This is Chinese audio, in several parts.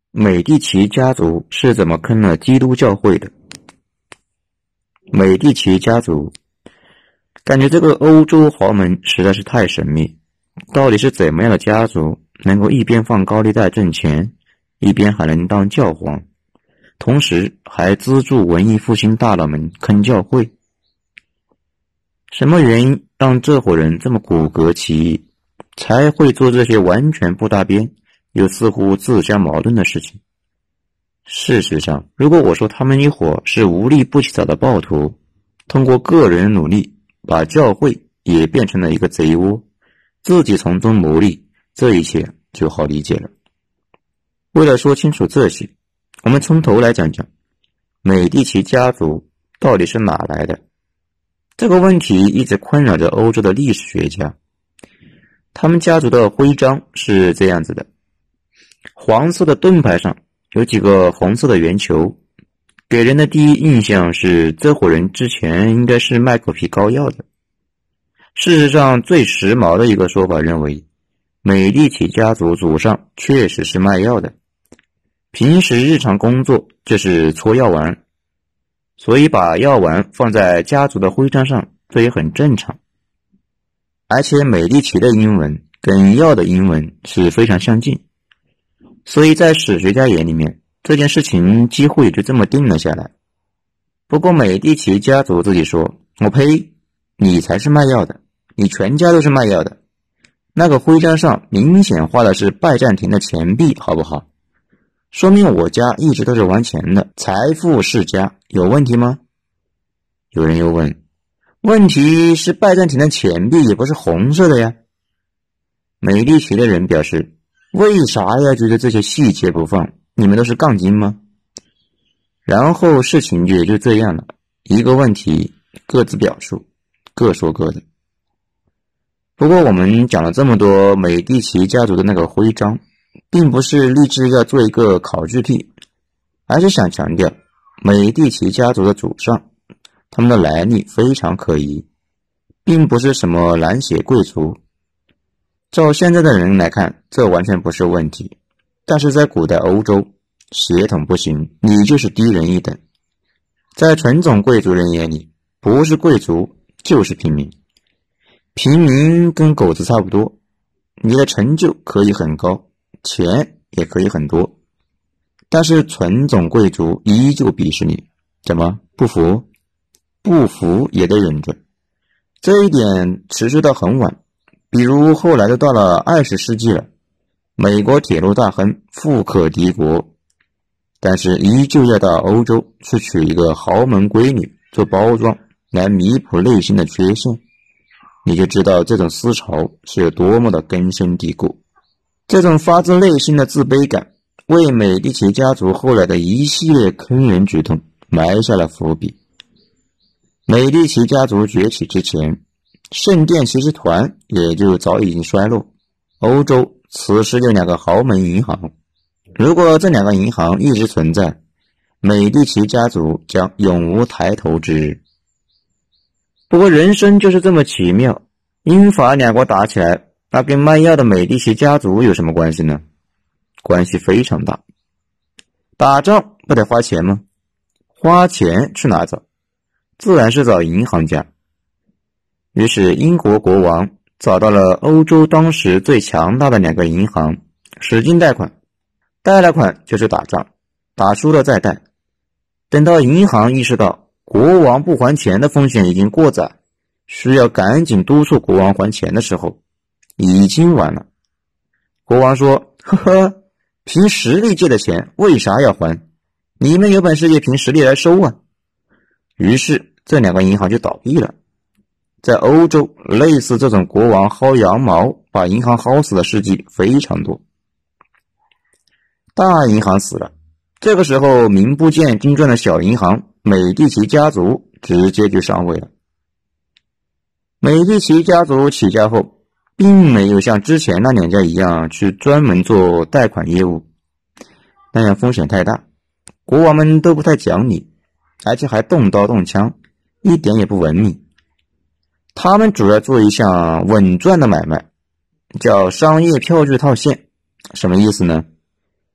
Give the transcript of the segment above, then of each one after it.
美第奇家族是怎么坑了基督教会的？美第奇家族，感觉这个欧洲豪门实在是太神秘，到底是怎么样的家族能够一边放高利贷挣钱，一边还能当教皇，同时还资助文艺复兴大佬们坑教会？什么原因让这伙人这么骨骼奇异，才会做这些完全不搭边又似乎自相矛盾的事情？事实上，如果我说他们一伙是无利不起早的暴徒，通过个人努力把教会也变成了一个贼窝，自己从中牟利，这一切就好理解了。为了说清楚这些，我们从头来讲讲美第奇家族到底是哪来的。这个问题一直困扰着欧洲的历史学家。他们家族的徽章是这样子的，黄色的盾牌上有几个红色的圆球，给人的第一印象是这伙人之前应该是卖狗皮膏药的。事实上，最时髦的一个说法认为，美第奇家族祖上确实是卖药的，平时日常工作就是搓药丸，所以把药丸放在家族的徽章上，这也很正常。而且美第奇的英文跟药的英文是非常相近，所以在史学家眼里面，这件事情几乎也就这么定了下来。不过美第奇家族自己说，我呸，你才是卖药的，你全家都是卖药的，那个徽章上明显画的是拜占庭的钱币，好不好？说明我家一直都是玩钱的，财富世家，有问题吗？有人又问，问题是拜占庭的钱币也不是红色的呀。美第奇的人表示，为啥要觉得这些细节不放？你们都是杠精吗？然后事情也就这样了，一个问题各自表述，各说各的。不过我们讲了这么多美第奇家族的那个徽章，并不是立志要做一个考据癖，而是想强调美第奇家族的祖上，他们的来历非常可疑，并不是什么蓝血贵族。照现在的人来看，这完全不是问题，但是在古代欧洲，血统不行，你就是低人一等。在纯种贵族人眼里，不是贵族就是平民，平民跟狗子差不多，你的成就可以很高，钱也可以很多，但是纯种贵族依旧鄙视你。怎么不服？不服也得忍着。这一点持续到很晚，比如后来都到了20世纪了，美国铁路大亨富可敌国，但是依旧要到欧洲去娶一个豪门闺女做包装，来弥补内心的缺陷。你就知道这种思潮是有多么的根深蒂固。这种发自内心的自卑感，为美第奇家族后来的一系列坑人举动埋下了伏笔。美第奇家族崛起之前，圣殿骑士团也就早已经衰落，欧洲此时有2个豪门银行，如果这2个银行一直存在，美第奇家族将永无抬头之日。不过人生就是这么奇妙，英法2国打起来，那跟卖药的美第奇家族有什么关系呢？关系非常大。打仗不得花钱吗？花钱去哪找？自然是找银行家。于是英国国王找到了欧洲当时最强大的2个银行，使劲贷款，贷了款就是打仗，打输了再贷。等到银行意识到国王不还钱的风险已经过载，需要赶紧督促国王还钱的时候，已经晚了。国王说，呵呵，凭实力借的钱为啥要还？你们有本事也凭实力来收啊。于是这2个银行就倒闭了。在欧洲，类似这种国王薅羊毛把银行薅死的事迹非常多。大银行死了，这个时候名不见经传的小银行美第奇家族直接就上位了。美第奇家族起家后，并没有像之前那2家一样去专门做贷款业务，那样风险太大，国王们都不太讲理，而且还动刀动枪，一点也不文明。他们主要做一项稳赚的买卖，叫商业票据套现。什么意思呢？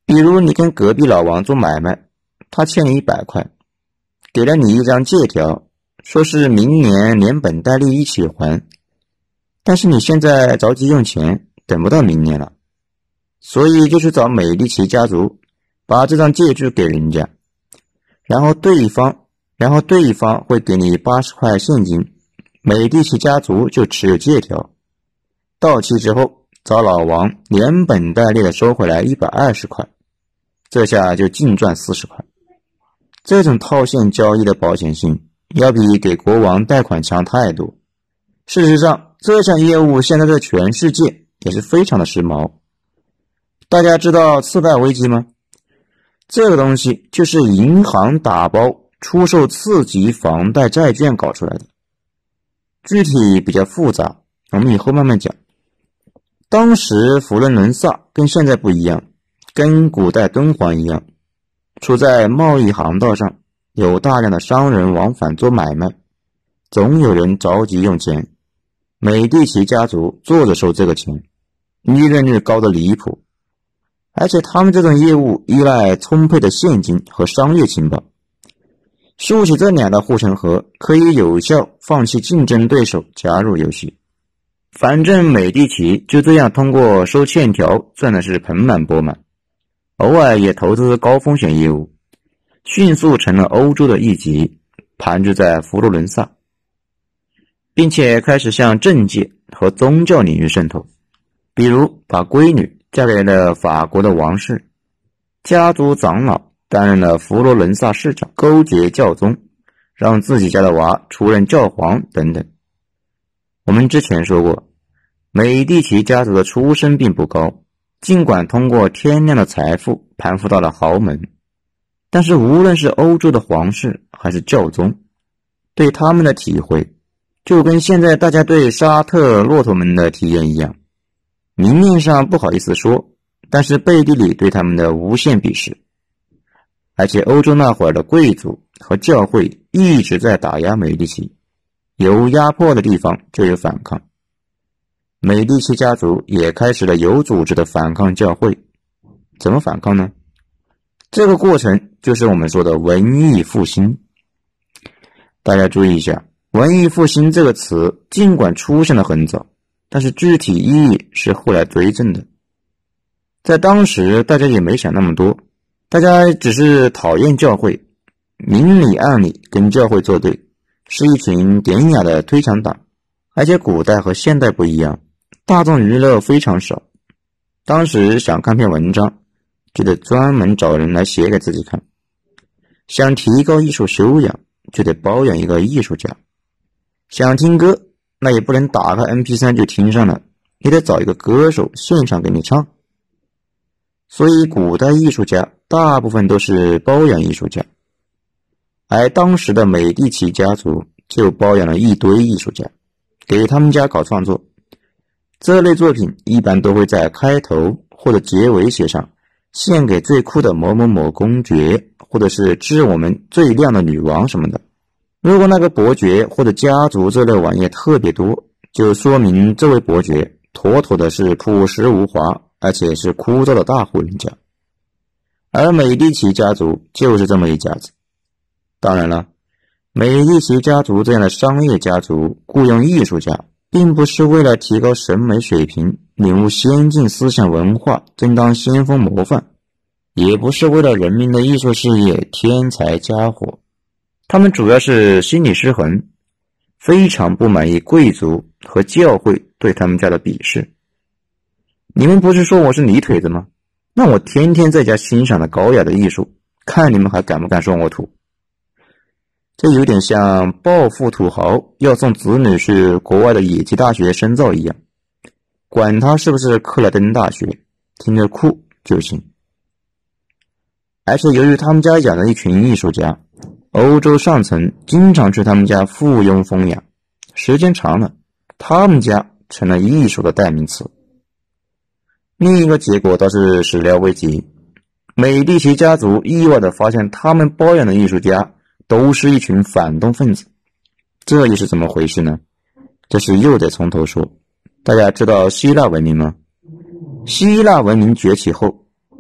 比如你跟隔壁老王做买卖，他欠你100块，给了你一张借条，说是明年连本带利一起还，但是你现在着急用钱，等不到明年了，所以就去找美第奇家族，把这张借据给人家，然后对方会给你80块现金，美第奇家族就持有借条，到期之后找老王连本带利的收回来120块，这下就净赚40块。这种套现交易的保险性要比给国王贷款强太多。事实上，这项业务现在在全世界也是非常的时髦。大家知道次贷危机吗？这个东西就是银行打包出售次级房贷债券搞出来的，具体比较复杂，我们以后慢慢讲。当时佛罗伦萨跟现在不一样，跟古代敦煌一样，处在贸易航道上，有大量的商人往返做买卖，总有人着急用钱，美第奇家族坐着收这个钱，利润率高得离谱，而且他们这种业务依赖充沛的现金和商业情报，竖起这两道护城河，可以有效放弃竞争对手，加入游戏。反正美第奇就这样通过收欠条赚的是盆满钵满，偶尔也投资高风险业务，迅速成了欧洲的一极，盘踞在佛罗伦萨，并且开始向政界和宗教领域渗透，比如把闺女嫁给了法国的王室，家族长老担任了佛罗伦萨市长，勾结教宗，让自己家的娃出任教皇等等。我们之前说过，美第奇家族的出身并不高，尽管通过天量的财富攀附到了豪门，但是无论是欧洲的皇室还是教宗，对他们的体会就跟现在大家对沙特骆驼们的体验一样，明面上不好意思说，但是背地里对他们的无限鄙视。而且欧洲那会儿的贵族和教会一直在打压美第奇，有压迫的地方就有反抗，美第奇家族也开始了有组织的反抗教会。怎么反抗呢？这个过程就是我们说的文艺复兴。大家注意一下，文艺复兴这个词尽管出现得很早，但是具体意义是后来追证的。在当时大家也没想那么多，大家只是讨厌教会，明里暗里跟教会作对，是一群典雅的推墙党。而且古代和现代不一样，大众娱乐非常少，当时想看篇文章就得专门找人来写给自己看，想提高艺术修养就得包养一个艺术家，想听歌那也不能打开 MP3 就听上了，也得找一个歌手现场给你唱。所以古代艺术家大部分都是包养艺术家，而当时的美第奇家族就包养了一堆艺术家，给他们家搞创作。这类作品一般都会在开头或者结尾写上献给最酷的某某某公爵，或者是致我们最靓的女王什么的。如果那个伯爵或者家族这类玩意特别多，就说明这位伯爵妥妥的是朴实无华，而且是枯燥的大户人家。而美第奇家族就是这么一家子。当然了，美第奇家族这样的商业家族雇佣艺术家，并不是为了提高审美水平，领悟先进思想文化，争当先锋模范，也不是为了人民的艺术事业添柴加火，他们主要是心理失衡，非常不满意贵族和教会对他们家的鄙视。你们不是说我是泥腿子吗？那我天天在家欣赏的高雅的艺术，看你们还敢不敢说我土。这有点像暴富土豪要送子女去国外的野鸡大学深造一样，管他是不是克莱登大学，听着酷就行。而且由于他们家养了一群艺术家，欧洲上层经常去他们家附庸风雅，时间长了，他们家成了艺术的代名词。另一个结果倒是始料未及，美第奇家族意外地发现他们包养的艺术家都是一群反动分子。这又是怎么回事呢？这是又得从头说。大家知道希腊文明吗？希腊文明崛起后，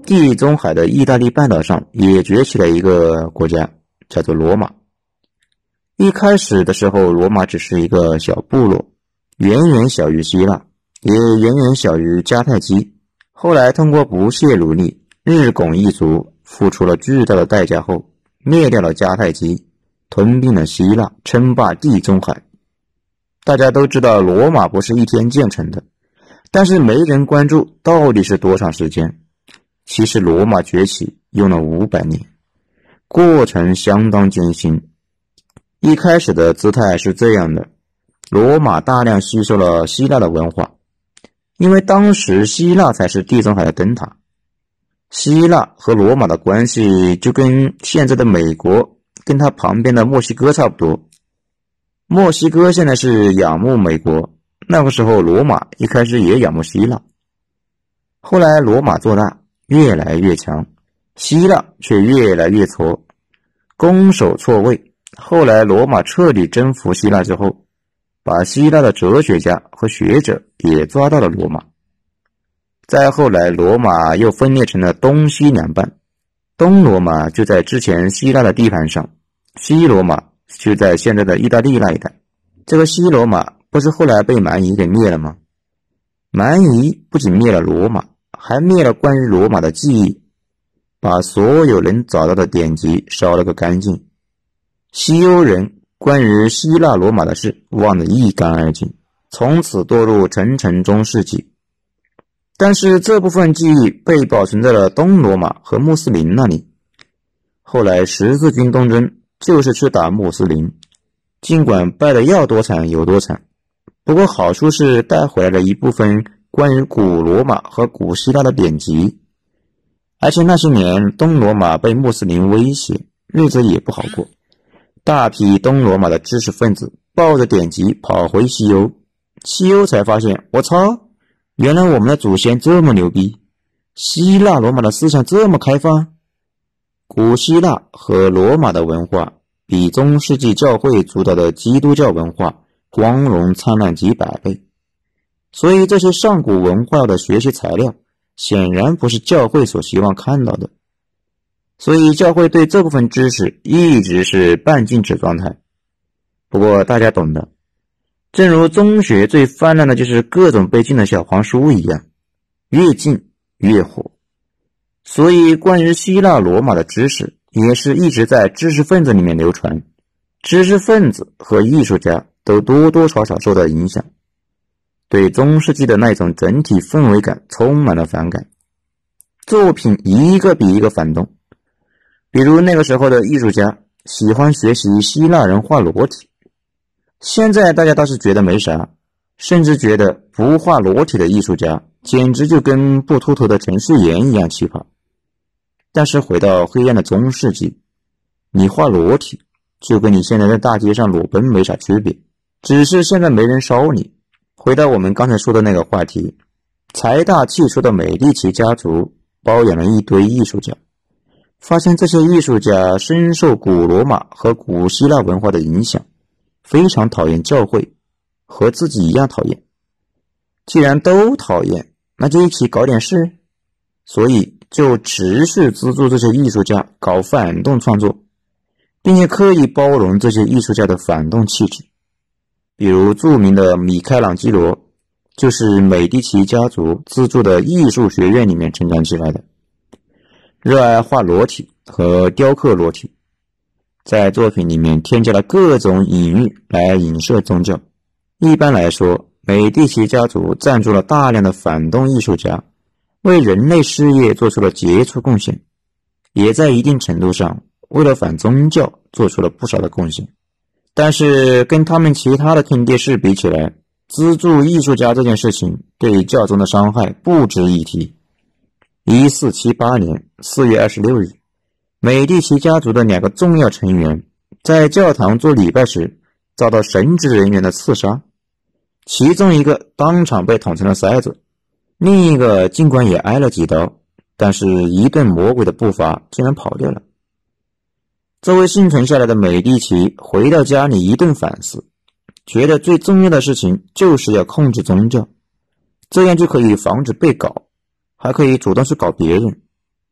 地中海的意大利半岛上也崛起了一个国家，叫做罗马。一开始的时候，罗马只是一个小部落，远远小于希腊，也远远小于迦太基。后来通过不懈努力，日拱一卒，付出了巨大的代价后，灭掉了迦太基，吞并了希腊，称霸地中海。大家都知道罗马不是一天建成的，但是没人关注到底是多长时间。其实罗马崛起用了500年，过程相当艰辛。一开始的姿态是这样的，罗马大量吸收了希腊的文化，因为当时希腊才是地中海的灯塔。希腊和罗马的关系就跟现在的美国跟它旁边的墨西哥差不多。墨西哥现在是仰慕美国，那个时候罗马一开始也仰慕希腊。后来罗马做大，越来越强，希腊却越来越挫，攻守错位。后来罗马彻底征服希腊之后，把希腊的哲学家和学者也抓到了罗马。再后来罗马又分裂成了东西两半，东罗马就在之前希腊的地盘上，西罗马就在现在的意大利那一带。这个西罗马不是后来被蛮夷给灭了吗？蛮夷不仅灭了罗马，还灭了关于罗马的记忆，把所有能找到的典籍烧了个干净。西欧人关于希腊罗马的事忘得一干二净，从此堕入沉沉中世纪。但是这部分记忆被保存在了东罗马和穆斯林那里。后来十字军东征就是去打穆斯林，尽管败得要多惨有多惨，不过好处是带回来了一部分关于古罗马和古希腊的典籍，而且那些年东罗马被穆斯林威胁，日子也不好过。大批东罗马的知识分子抱着典籍跑回西欧，西欧才发现，我操，原来我们的祖先这么牛逼，希腊罗马的思想这么开放。古希腊和罗马的文化比中世纪教会主导的基督教文化光荣灿烂几百倍，所以这些上古文化的学习材料显然不是教会所希望看到的。所以教会对这部分知识一直是半禁止状态。不过大家懂的，正如中学最泛滥的就是各种被禁的小黄书一样，越禁越火。所以关于希腊罗马的知识也是一直在知识分子里面流传，知识分子和艺术家都多多少少受到影响，对中世纪的那种整体氛围感充满了反感，作品一个比一个反动。比如那个时候的艺术家喜欢学习希腊人画裸体，现在大家倒是觉得没啥，甚至觉得不画裸体的艺术家简直就跟不秃头的程序员一样奇葩。但是回到黑暗的中世纪，你画裸体就跟你现在在大街上裸奔没啥区别，只是现在没人烧你。回到我们刚才说的那个话题，财大气粗的美第奇家族包养了一堆艺术家，发现这些艺术家深受古罗马和古希腊文化的影响，非常讨厌教会，和自己一样讨厌。既然都讨厌，那就一起搞点事，所以就持续资助这些艺术家搞反动创作，并且刻意包容这些艺术家的反动气质。比如著名的米开朗基罗，就是美第奇家族资助的艺术学院里面成长起来的，热爱画裸体和雕刻裸体，在作品里面添加了各种隐喻来影射宗教。一般来说，美第奇家族赞助了大量的反动艺术家，为人类事业做出了杰出贡献，也在一定程度上为了反宗教做出了不少的贡献。但是跟他们其他的坑爹事比起来，资助艺术家这件事情对教宗的伤害不值一提。1478年4月26日，美第奇家族的2个重要成员在教堂做礼拜时遭到神职人员的刺杀，其中一个当场被捅成了筛子，另一个尽管也挨了几刀，但是一顿魔鬼的步伐竟然跑掉了。这位幸存下来的美第奇回到家里一顿反思，觉得最重要的事情就是要控制宗教，这样就可以防止被搞，还可以主动去搞别人，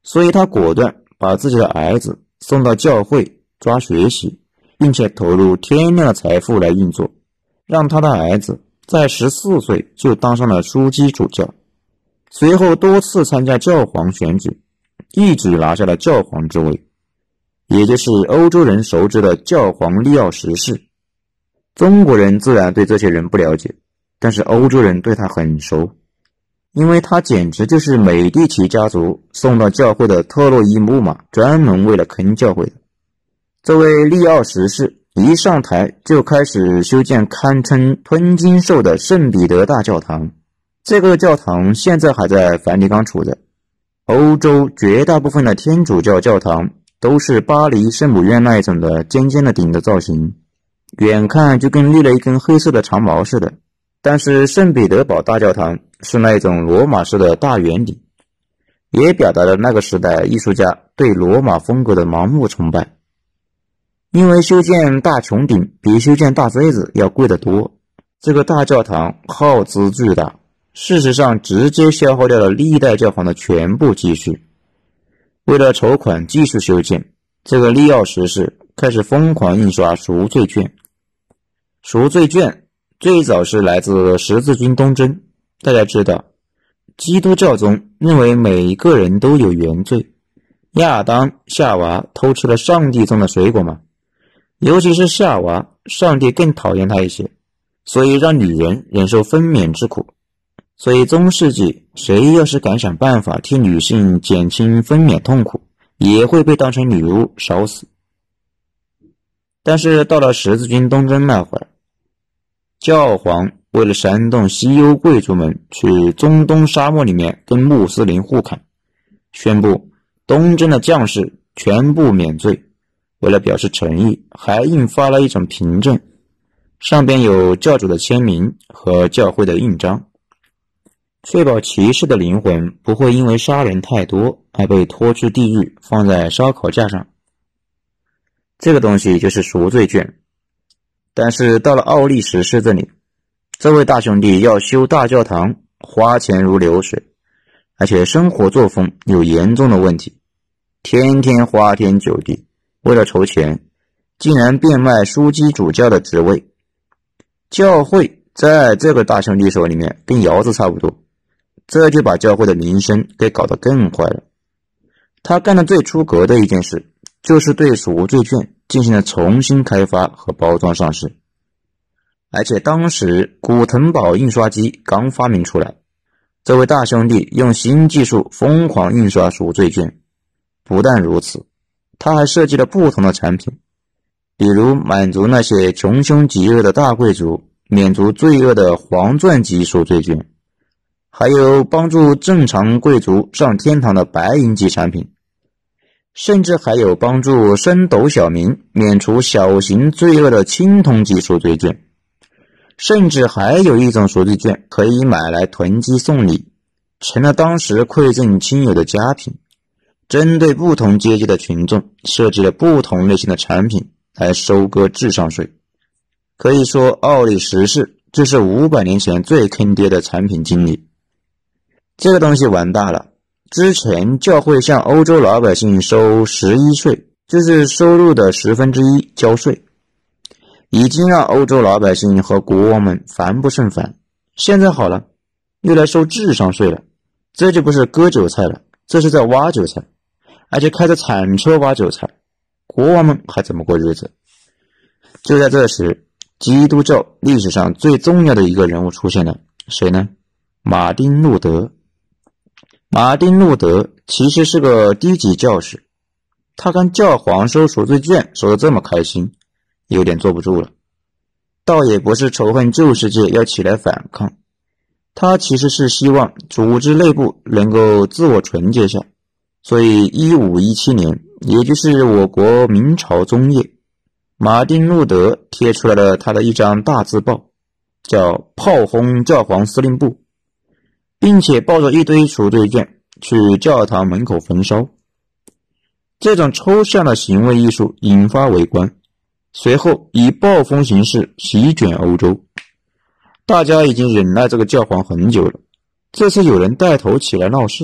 所以他果断把自己的儿子送到教会抓学习，并且投入天量的财富来运作，让他的儿子在14岁就当上了枢机主教，随后多次参加教皇选举，一举拿下了教皇之位，也就是欧洲人熟知的教皇利奥十世。中国人自然对这些人不了解，但是欧洲人对他很熟，因为他简直就是美第奇家族送到教会的特洛伊木马，专门为了坑教会的。这位利奥十世一上台就开始修建堪称吞金兽的圣彼得大教堂，这个教堂现在还在梵蒂冈处着。欧洲绝大部分的天主教教堂都是巴黎圣母院那一种的尖尖的顶的造型，远看就跟立了一根黑色的长毛似的，但是圣彼得堡大教堂是那种罗马式的大圆顶，也表达了那个时代艺术家对罗马风格的盲目崇拜。因为修建大穹顶比修建大锥子要贵得多，这个大教堂耗资巨大，事实上直接消耗掉了历代教皇的全部积蓄。为了筹款继续修建，这个利奥十世开始疯狂印刷赎罪券。赎罪券最早是来自十字军东征。大家知道，基督教中认为每一个人都有原罪，亚当、夏娃偷吃了上帝种的水果嘛，尤其是夏娃，上帝更讨厌他一些，所以让女人忍受分娩之苦。所以中世纪谁要是敢想办法替女性减轻分娩痛苦，也会被当成女巫烧死。但是到了十字军东征那会儿，教皇为了煽动西欧贵族们去中东沙漠里面跟穆斯林互砍，宣布东征的将士全部免罪。为了表示诚意，还印发了一种凭证，上边有教主的签名和教会的印章，确保骑士的灵魂不会因为杀人太多而被拖去地狱，放在烧烤架上。这个东西就是赎罪券。但是到了奥利十世这里，这位大兄弟要修大教堂，花钱如流水，而且生活作风有严重的问题，天天花天酒地，为了筹钱，竟然变卖枢机主教的职位。教会在这个大兄弟手里面跟窑子差不多，这就把教会的名声给搞得更坏了。他干的最出格的一件事，就是对赎罪券进行了重新开发和包装上市。而且当时古腾堡印刷机刚发明出来，这位大兄弟用新技术疯狂印刷赎罪券。不但如此，他还设计了不同的产品，比如满足那些穷凶极恶的大贵族免除罪恶的黄钻级赎罪券，还有帮助正常贵族上天堂的白银级产品，甚至还有帮助升斗小民免除小型罪恶的青铜级赎罪券，甚至还有一种赎罪券可以买来囤积送礼，成了当时馈赠亲友的佳品。针对不同阶级的群众设计了不同类型的产品来收割智商税。可以说奥利十世就是500年前最坑爹的产品经理。这个东西完大了，之前教会向欧洲老百姓收11税，就是收入的1/10交税，已经让欧洲老百姓和国王们烦不胜烦。现在好了，又来收智商税了，这就不是割韭菜了，这是在挖韭菜，而且开着铲车挖韭菜，国王们还怎么过日子？就在这时，基督教历史上最重要的一个人物出现了，谁呢？马丁路德。马丁路德其实是个低级教士，他看教皇收赎罪券收得这么开心，有点坐不住了。倒也不是仇恨旧世界要起来反抗，他其实是希望组织内部能够自我纯洁下。所以1517年，也就是我国明朝中叶，马丁路德贴出来了他的一张大字报，叫炮轰教皇司令部，并且抱着一堆赎罪券去教堂门口焚烧。这种抽象的行为艺术引发围观，随后以暴风形式席卷欧洲。大家已经忍耐这个教皇很久了，这次有人带头起来闹事，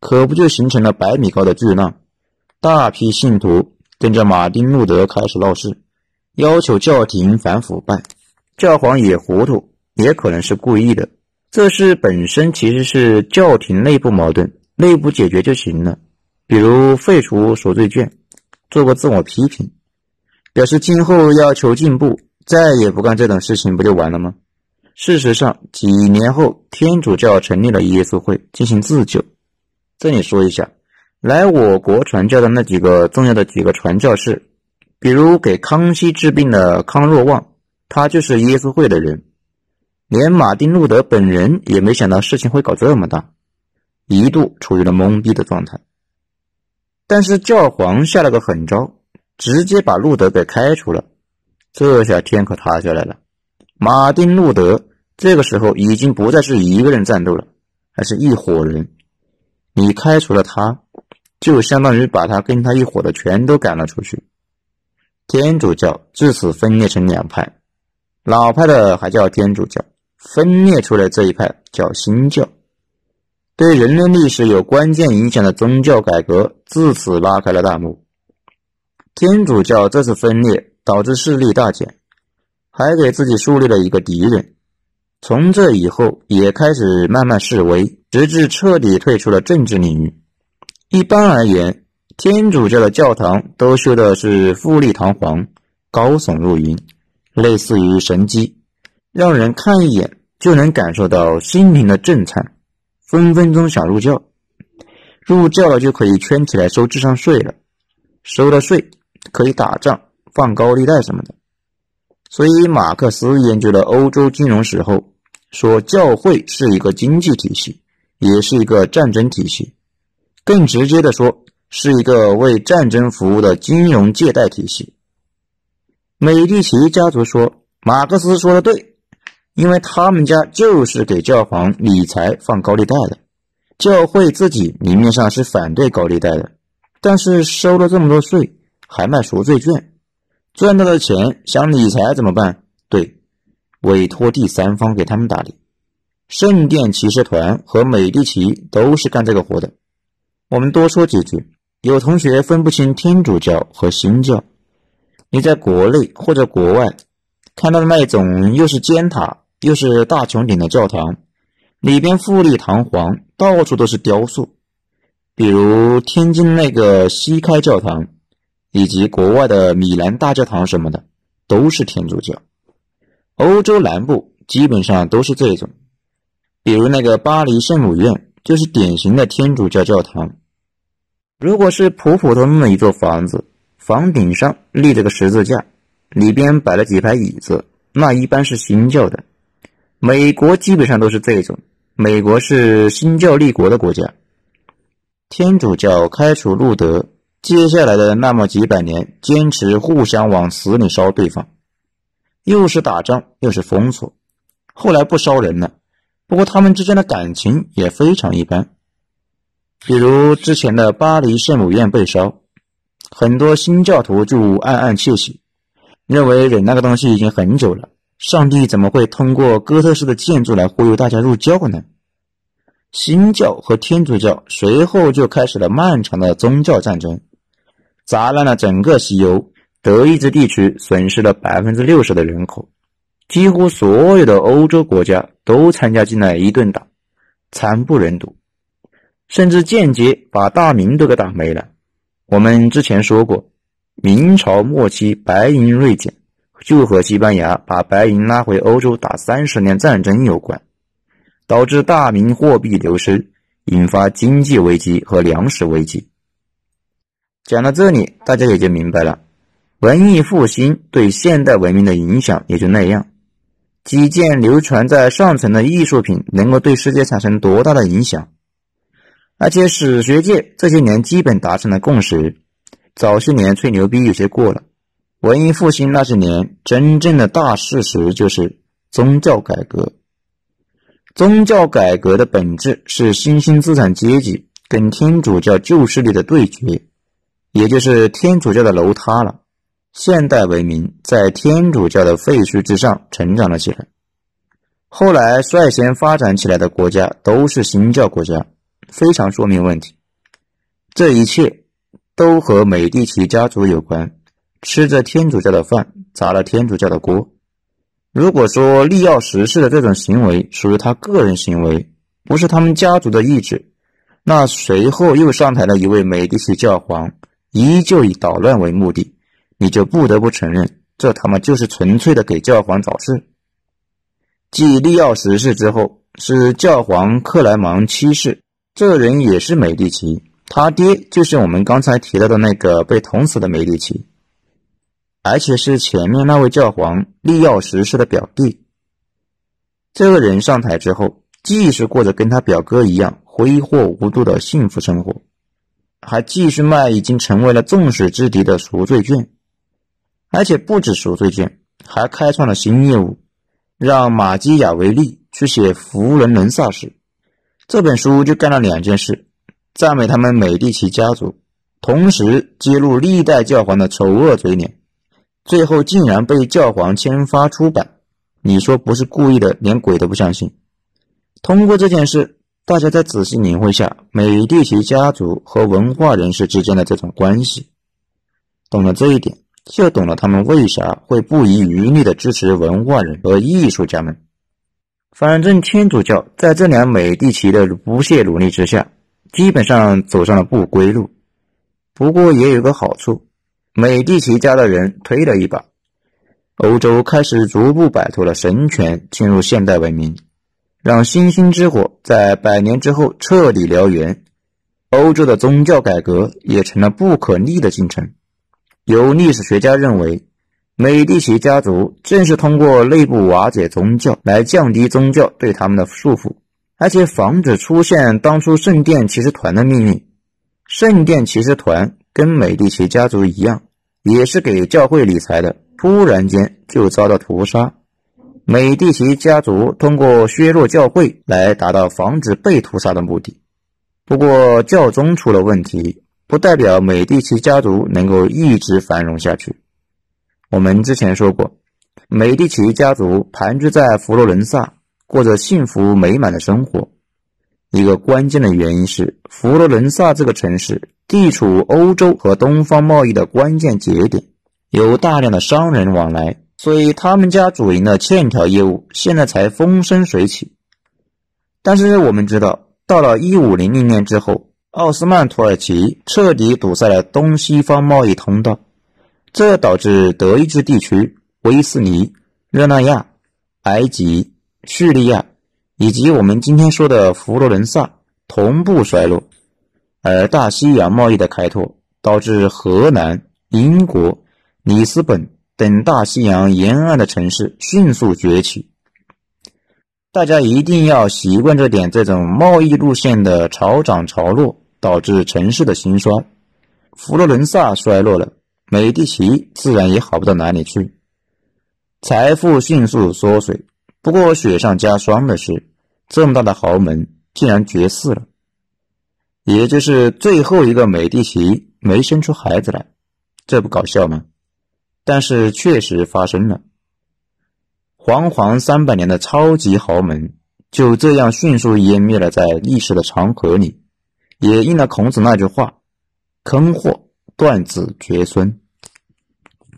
可不就形成了100米高的巨浪，大批信徒跟着马丁路德开始闹事，要求教廷反腐败。教皇也糊涂，也可能是故意的。这事本身其实是教廷内部矛盾，内部解决就行了。比如废除赎罪券，做个自我批评，表示今后要求进步，再也不干这种事情，不就完了吗？事实上，几年后，天主教成立了耶稣会进行自救。这里说一下，来我国传教的那几个重要的传教士，比如给康熙治病的康若望，他就是耶稣会的人。连马丁路德本人也没想到事情会搞这么大，一度处于了懵逼的状态。但是教皇下了个狠招，直接把路德给开除了。这下天可塌下来了。马丁路德这个时候已经不再是一个人战斗了，而是一伙人。你开除了他，就相当于把他跟他一伙的全都赶了出去。天主教自此分裂成2派，老派的还叫天主教，分裂出来这一派叫新教。对人类历史有关键影响的宗教改革自此拉开了大幕。天主教这次分裂导致势力大减，还给自己树立了一个敌人。从这以后也开始慢慢式微，直至彻底退出了政治领域。一般而言，天主教的教堂都修的是富丽堂皇，高耸入云，类似于神迹，让人看一眼就能感受到心灵的震颤，分分钟想入教。入教了就可以圈起来收智商税了，收了税可以打仗、放高利贷什么的。所以马克思研究了欧洲金融史后，说教会是一个经济体系，也是一个战争体系，更直接的说，是一个为战争服务的金融借贷体系。美第奇家族说，马克思说的对，因为他们家就是给教皇理财放高利贷的。教会自己明面上是反对高利贷的，但是收了这么多税，还卖赎罪券，赚到的钱想理财怎么办？对，委托第三方给他们打理。圣殿骑士团和美第奇都是干这个活的。我们多说几句，有同学分不清天主教和新教，你在国内或者国外看到的那种又是尖塔又是大穹顶的教堂，里边富丽堂皇，到处都是雕塑，比如天津那个西开教堂，以及国外的米兰大教堂什么的，都是天主教。欧洲南部基本上都是这种，比如那个巴黎圣母院就是典型的天主教教堂。如果是普普通通的一座房子，房顶上立着个十字架，里边摆了几排椅子，那一般是新教的。美国基本上都是这种，美国是新教立国的国家。天主教开除路德，接下来的那么几百年坚持互相往死里烧对方，又是打仗又是封锁，后来不烧人了，不过他们之间的感情也非常一般。比如之前的巴黎圣母院被烧，很多新教徒就暗暗窃喜，认为忍那个东西已经很久了，上帝怎么会通过哥特式的建筑来忽悠大家入教呢？新教和天主教随后就开始了漫长的宗教战争，砸烂了整个西欧，德意志地区损失了 60% 的人口，几乎所有的欧洲国家都参加进来一顿打，惨不忍睹，甚至间接把大明都给打没了。我们之前说过，明朝末期白银锐减，就和西班牙把白银拉回欧洲打30年战争有关，导致大明货币流失，引发经济危机和粮食危机。讲到这里，大家也就明白了，文艺复兴对现代文明的影响也就那样，几件流传在上层的艺术品能够对世界产生多大的影响。而且史学界这些年基本达成了共识，早些年吹牛逼有些过了，文艺复兴那些年真正的大事实就是宗教改革。宗教改革的本质是新兴资产阶级跟天主教旧势力的对决，也就是天主教的楼塌了，现代文明在天主教的废墟之上成长了起来。后来率先发展起来的国家都是新教国家， 非常说明问题。这一切都和美第奇家族有关，吃着天主教的饭，砸了天主教的锅。如果说利奥十世的这种行为属于他个人行为，不是他们家族的意志，那随后又上台的一位美第奇教皇依旧以捣乱为目的，你就不得不承认，这他妈就是纯粹的给教皇找事。继利奥十世之后是教皇克莱芒七世，这人也是美第奇，他爹就是我们刚才提到的那个被捅死的美第奇，而且是前面那位教皇利奥十世的表弟。这个人上台之后，既是过着跟他表哥一样挥霍无度的幸福生活，还继续卖已经成为了众矢之的的赎罪券，而且不止赎罪券，还开创了新业务，让马基雅维利去写佛罗伦萨史。这本书就干了2件事，赞美他们美第奇家族，同时揭露历代教皇的丑恶嘴脸，最后竟然被教皇签发出版。你说不是故意的，连鬼都不相信。通过这件事，大家再仔细领会下美第奇家族和文化人士之间的这种关系，懂了这一点，就懂了他们为啥会不遗余力地支持文化人和艺术家们。反正天主教在这俩美第奇的不懈努力之下，基本上走上了不归路。不过也有个好处，美第奇家的人推了一把，欧洲开始逐步摆脱了神权，进入现代文明，让星星之火在100年之后彻底燎原，欧洲的宗教改革也成了不可逆的进程。有历史学家认为，美第奇家族正是通过内部瓦解宗教来降低宗教对他们的束缚，而且防止出现当初圣殿骑士团的命运。圣殿骑士团跟美第奇家族一样，也是给教会理财的，突然间就遭到屠杀。美第奇家族通过削弱教会来达到防止被屠杀的目的。不过教宗出了问题，不代表美第奇家族能够一直繁荣下去。我们之前说过，美第奇家族盘踞在佛罗伦萨，过着幸福美满的生活。一个关键的原因是，佛罗伦萨这个城市地处欧洲和东方贸易的关键节点，有大量的商人往来，所以他们家主营的欠条业务现在才风生水起。但是我们知道，到了1500年之后，奥斯曼土耳其彻底堵塞了东西方贸易通道，这导致德意志地区、威斯尼、热那亚、埃及、叙利亚以及我们今天说的佛罗伦萨同步衰落，而大西洋贸易的开拓导致荷兰、英国、里斯本等大西洋沿岸的城市迅速崛起。大家一定要习惯这点，这种贸易路线的潮涨潮落导致城市的兴衰。佛罗伦萨衰落了，美第奇自然也好不到哪里去，财富迅速缩水。不过雪上加霜的是，这么大的豪门竟然绝嗣了，也就是最后一个美第奇没生出孩子来，这不搞笑吗？但是确实发生了，煌煌300年的超级豪门就这样迅速湮灭了在历史的长河里，也应了孔子那句话，坑货断子绝孙。